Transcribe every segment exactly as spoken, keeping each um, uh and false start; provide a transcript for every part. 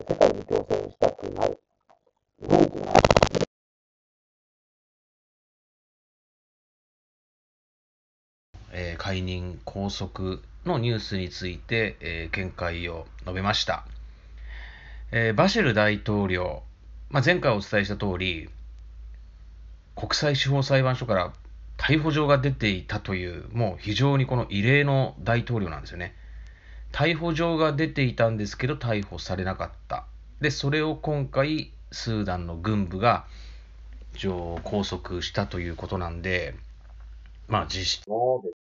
世界に挑戦したくない。日本一のえー解任拘束のニュースについて、えー見解を述べました。えーバシェル大統領、まあ、前回お伝えした通り、国際司法裁判所から逮捕状が出ていたという、もう非常にこの異例の大統領なんですよね。逮捕状が出ていたんですけど、逮捕されなかった。で、それを今回、スーダンの軍部が一応拘束したということなんで、まあ実質の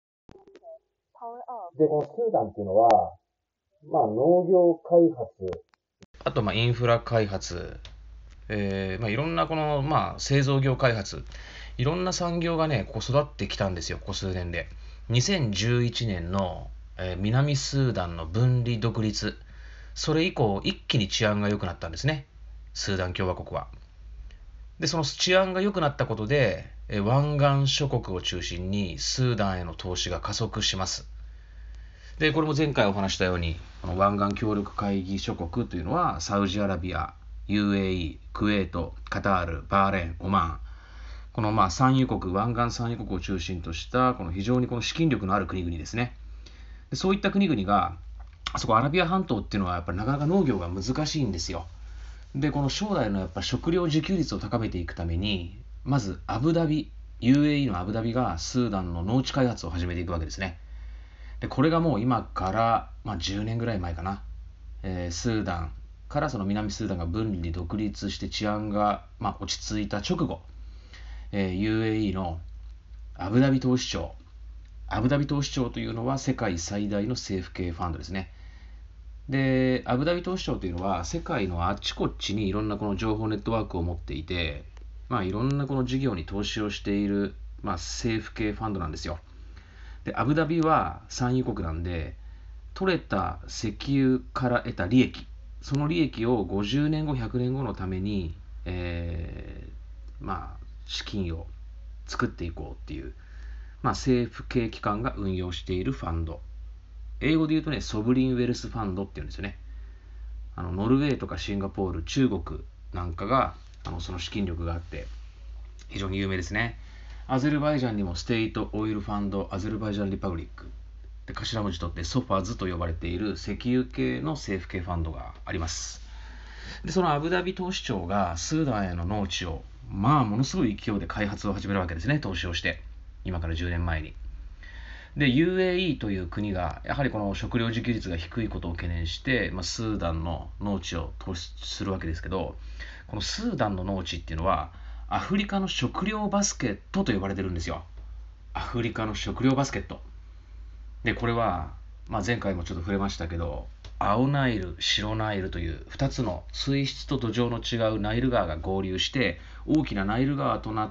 で、このスーダンっていうのは、まあ農業開発、あとまあインフラ開発、えーまあ、いろんなこの、まあ、製造業開発、いろんな産業がね、こう育ってきたんですよ、ここ数年で。にせんじゅういちねんの、えー南スーダンの分離独立、それ以降、一気に治安が良くなったんですね、スーダン共和国は。で、その治安が良くなったことで、えー湾岸諸国を中心にスーダンへの投資が加速します。で、これも前回お話したように、この湾岸協力会議諸国というのは、サウジアラビア、ユーエーイー、クウェート、カタール、バーレーン、オマーン、このまあ産油国、湾岸産油国を中心とした、この非常にこの資金力のある国々ですね。でそういった国々が、あそこアラビア半島っていうのはやっぱりなかなか農業が難しいんですよ。で、この将来のやっぱ食料自給率を高めていくために、まずアブダビ、ユーエーイー のアブダビがスーダンの農地開発を始めていくわけですね。でこれがもう今から、まあ、じゅうねんぐらい前かな、えースーダンからその南スーダンが分離独立して治安が、まあ、落ち着いた直後、えー ユーエーイー のアブダビ投資庁、アブダビ投資庁というのは世界最大の政府系ファンドですね。で、アブダビ投資庁というのは世界のあっちこっちにいろんなこの情報ネットワークを持っていて、まあ、いろんなこの事業に投資をしている、まあ、政府系ファンドなんですよ。で、アブダビは産油国なんで、取れた石油から得た利益、その利益をごじゅうねんご、ひゃくねんごのために、えーまあ、資金を作っていこうっていう、まあ、政府系機関が運用しているファンド。英語で言うとね、ソブリンウェルスファンドっていうんですよね。あのノルウェーとかシンガポール、中国なんかがあのその資金力があって、非常に有名ですね。アゼルバイジャンにもステイトオイルファンドアゼルバイジャンリパブリックで頭文字取ってソファーズと呼ばれている石油系の政府系ファンドがあります。でそのアブダビ投資庁がスーダンへの農地をまあものすごい勢いで開発を始めるわけですね、投資をして、今からじゅうねんまえに。で ユーエーイー という国がやはりこの食料自給率が低いことを懸念して、まあ、スーダンの農地を投資するわけですけど、このスーダンの農地っていうのはアフリカの食料バスケットと呼ばれてるんですよ。アフリカの食料バスケットで、これは、まあ、前回もちょっと触れましたけど、青ナイル、白ナイルというふたつの水質と土壌の違うナイル川が合流して大きなナイル川となって、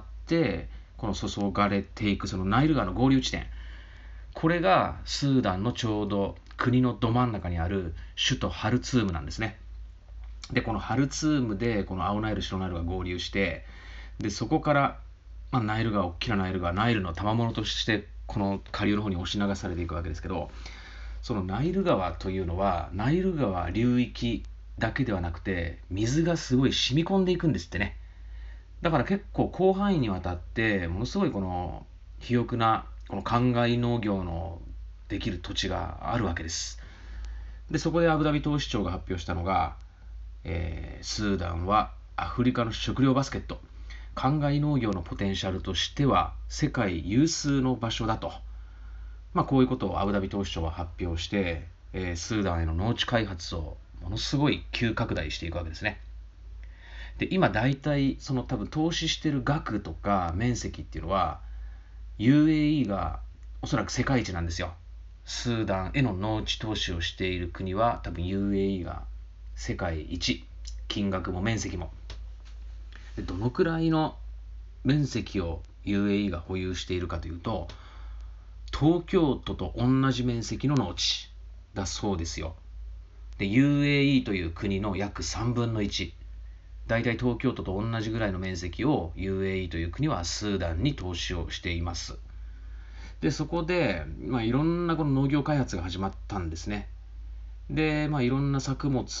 この注がれていくそのナイル川の合流地点、これがスーダンのちょうど国のど真ん中にある首都ハルツームなんですね。でこのハルツームでこの青ナイル白ナイルが合流して、でそこから、まあ、ナイル川、大きなナイル川、ナイルの賜物としてこの下流の方に押し流されていくわけですけど、そのナイル川というのはナイル川流域だけではなくて水がすごい染み込んでいくんですってね。だから結構広範囲にわたってものすごいこの肥沃なこの灌漑農業のできる土地があるわけです。でそこでアブダビ投資庁が発表したのが、えースーダンはアフリカの食料バスケット、灌漑農業のポテンシャルとしては世界有数の場所だと、まあ、こういうことをアブダビ投資庁は発表して、えースーダンへの農地開発をものすごい急拡大していくわけですね。で今大体その多分投資してる額とか面積っていうのは ユーエーイー がおそらく世界一なんですよ。スーダンへの農地投資をしている国は多分 ユーエーイー が世界一、金額も面積も。でどのくらいの面積を ユーエーイー が保有しているかというと、東京都と同じ面積の農地だそうですよ。で ユーエーイー という国の約さんぶんのいち、だいたい東京都と同じぐらいの面積を ユーエーイー という国はスーダンに投資をしています。でそこで、まあ、いろんなこの農業開発が始まったんですね。で、まあ、いろんな作物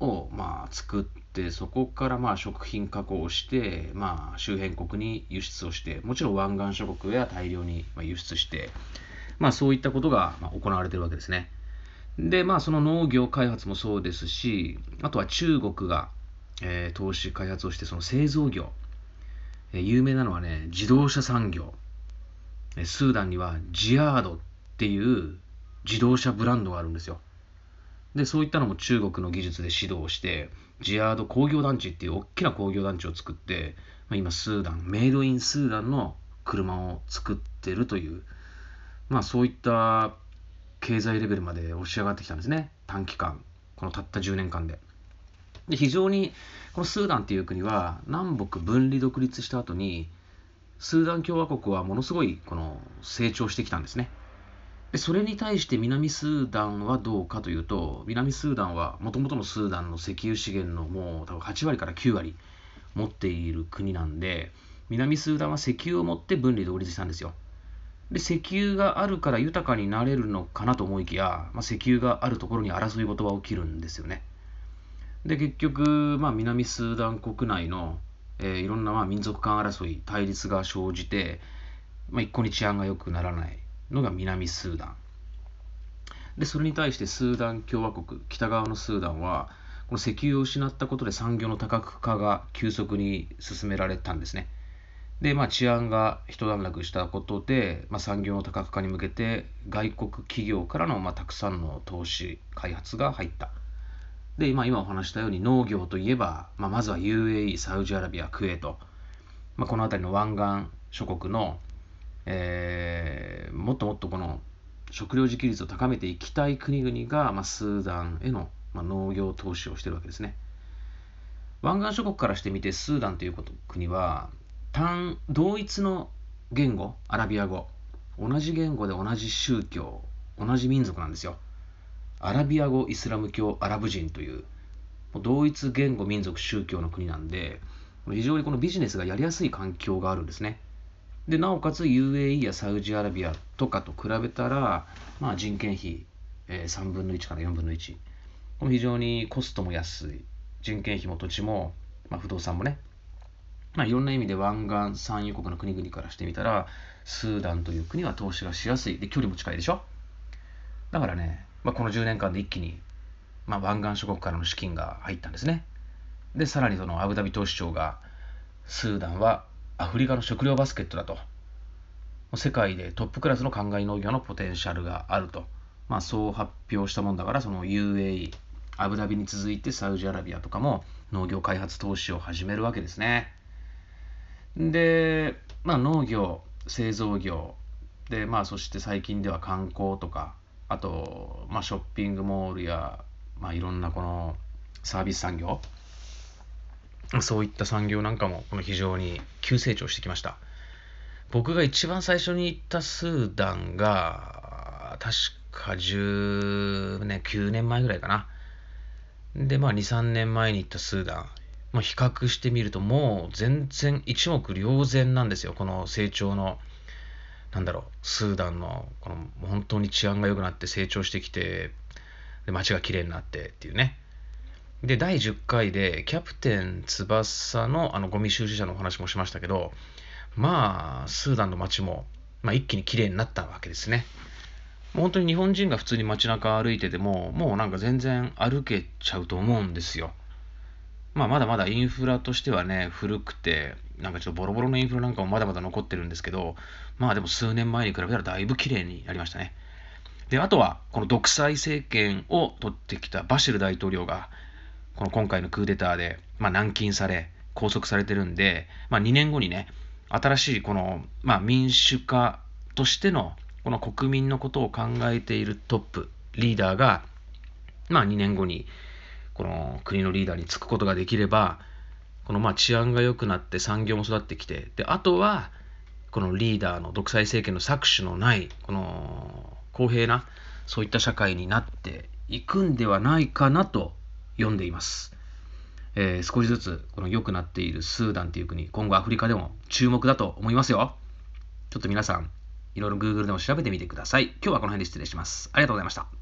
をまあ作って、そこからまあ食品加工をして、まあ、周辺国に輸出をして、もちろん湾岸諸国や大量に輸出して、まあ、そういったことが行われているわけですね。で、まあ、その農業開発もそうですし、あとは中国が、えー投資開発をして、その製造業、えー有名なのはね、自動車産業。えースーダンにはジアードっていう自動車ブランドがあるんですよ。で、そういったのも中国の技術で指導して、ジアード工業団地っていう大きな工業団地を作って、まあ、今、スーダン、メイドインスーダンの車を作ってるという、まあ、そういった経済レベルまで押し上がってきたんですね。短期間。このたったじゅうねんかんで。で、非常に、このスーダンっていう国は、南北分離独立した後に、スーダン共和国はものすごいこの成長してきたんですね。で、それに対して南スーダンはどうかというと、南スーダンはもともとのスーダンの石油資源のもう多分はち割からきゅう割持っている国なんで、南スーダンは石油を持って分離独立したんですよ。で、石油があるから豊かになれるのかなと思いきや、まあ、石油があるところに争い事は起きるんですよね。で、結局、まあ、南スーダン国内の、えーいろんなまあ民族間争い、対立が生じて、まあ、一向に治安が良くならないのが南スーダン。で、それに対してスーダン共和国、北側のスーダンは、この石油を失ったことで産業の多角化が急速に進められたんですね。で、まあ、治安が一段落したことで、まあ、産業の多角化に向けて外国企業からのまあたくさんの投資開発が入った。で、まあ、今お話したように農業といえば、まあ、まずは ユーエーイー、サウジアラビア、クウェート、まあ、この辺りの湾岸諸国の、えーもっともっとこの食料自給率を高めていきたい国々が、まあ、スーダンへの、まあ、農業投資をしているわけですね。湾岸諸国からしてみてスーダンという国は単同一の言語、アラビア語、同じ言語で同じ宗教、同じ民族なんですよ。アラビア語、イスラム教、アラブ人という同一言語、民族、宗教の国なんで、非常にこのビジネスがやりやすい環境があるんですね。で、なおかつ ユーエーイー やサウジアラビアとかと比べたら、まあ、人件費、えー、さんぶんのいちからよんぶんのいち。この非常にコストも安い。人件費も土地も、まあ、不動産もね。まあ、いろんな意味で湾岸産油国の国々からしてみたら、スーダンという国は投資がしやすい。で、距離も近いでしょ。だからね、まあ、このじゅうねんかんで一気に、まあ、湾岸諸国からの資金が入ったんですね。で、さらにそのアブダビ投資庁が、スーダンはアフリカの食料バスケットだと。世界でトップクラスの灌漑農業のポテンシャルがあると。まあ、そう発表したもんだから、その ユーエーイー、アブダビに続いてサウジアラビアとかも農業開発投資を始めるわけですね。で、まあ、農業、製造業、で、まあ、そして最近では観光とか、あと、まあ、ショッピングモールや、まあ、いろんなこのサービス産業、そういった産業なんかもこの非常に急成長してきました。僕が一番最初に行ったスーダンが、確かじゅうねん、きゅうねんまえぐらいかな。で、まあ、に、さんねんまえに行ったスーダン。まあ、比較してみると、もう全然一目瞭然なんですよ。この成長の、なんだろう、スーダンの、この本当に治安が良くなって成長してきて、で街が綺麗になってっていうね。で、だいじゅっかいで、キャプテン翼のあのゴミ収集車のお話もしましたけど、まあ、スーダンの街も、まあ、一気に綺麗になったわけですね。もう本当に日本人が普通に街中歩いてても、もうなんか全然歩けちゃうと思うんですよ。まあ、まだまだインフラとしてはね、古くて、なんかちょっとボロボロのインフラなんかもまだまだ残ってるんですけど、まあでも数年前に比べたらだいぶ綺麗になりましたね。で、あとは、この独裁政権を取ってきたバシル大統領が、この今回のクーデターで、まあ、軟禁され、拘束されてるんで、まあ、にねんごにね、新しいこの、まあ、民主化としての、この国民のことを考えているトップ、リーダーが、まあ、にねんごに、この国のリーダーに就くことができれば、このまあ治安が良くなって産業も育ってきて、で、あとは、このリーダーの独裁政権の搾取のない、この公平な、そういった社会になっていくんではないかなと読んでいます。えー少しずつこの良くなっているスーダンという国、今後アフリカでも注目だと思いますよ。ちょっと皆さん、いろいろ Google でも調べてみてください。今日はこの辺で失礼します。ありがとうございました。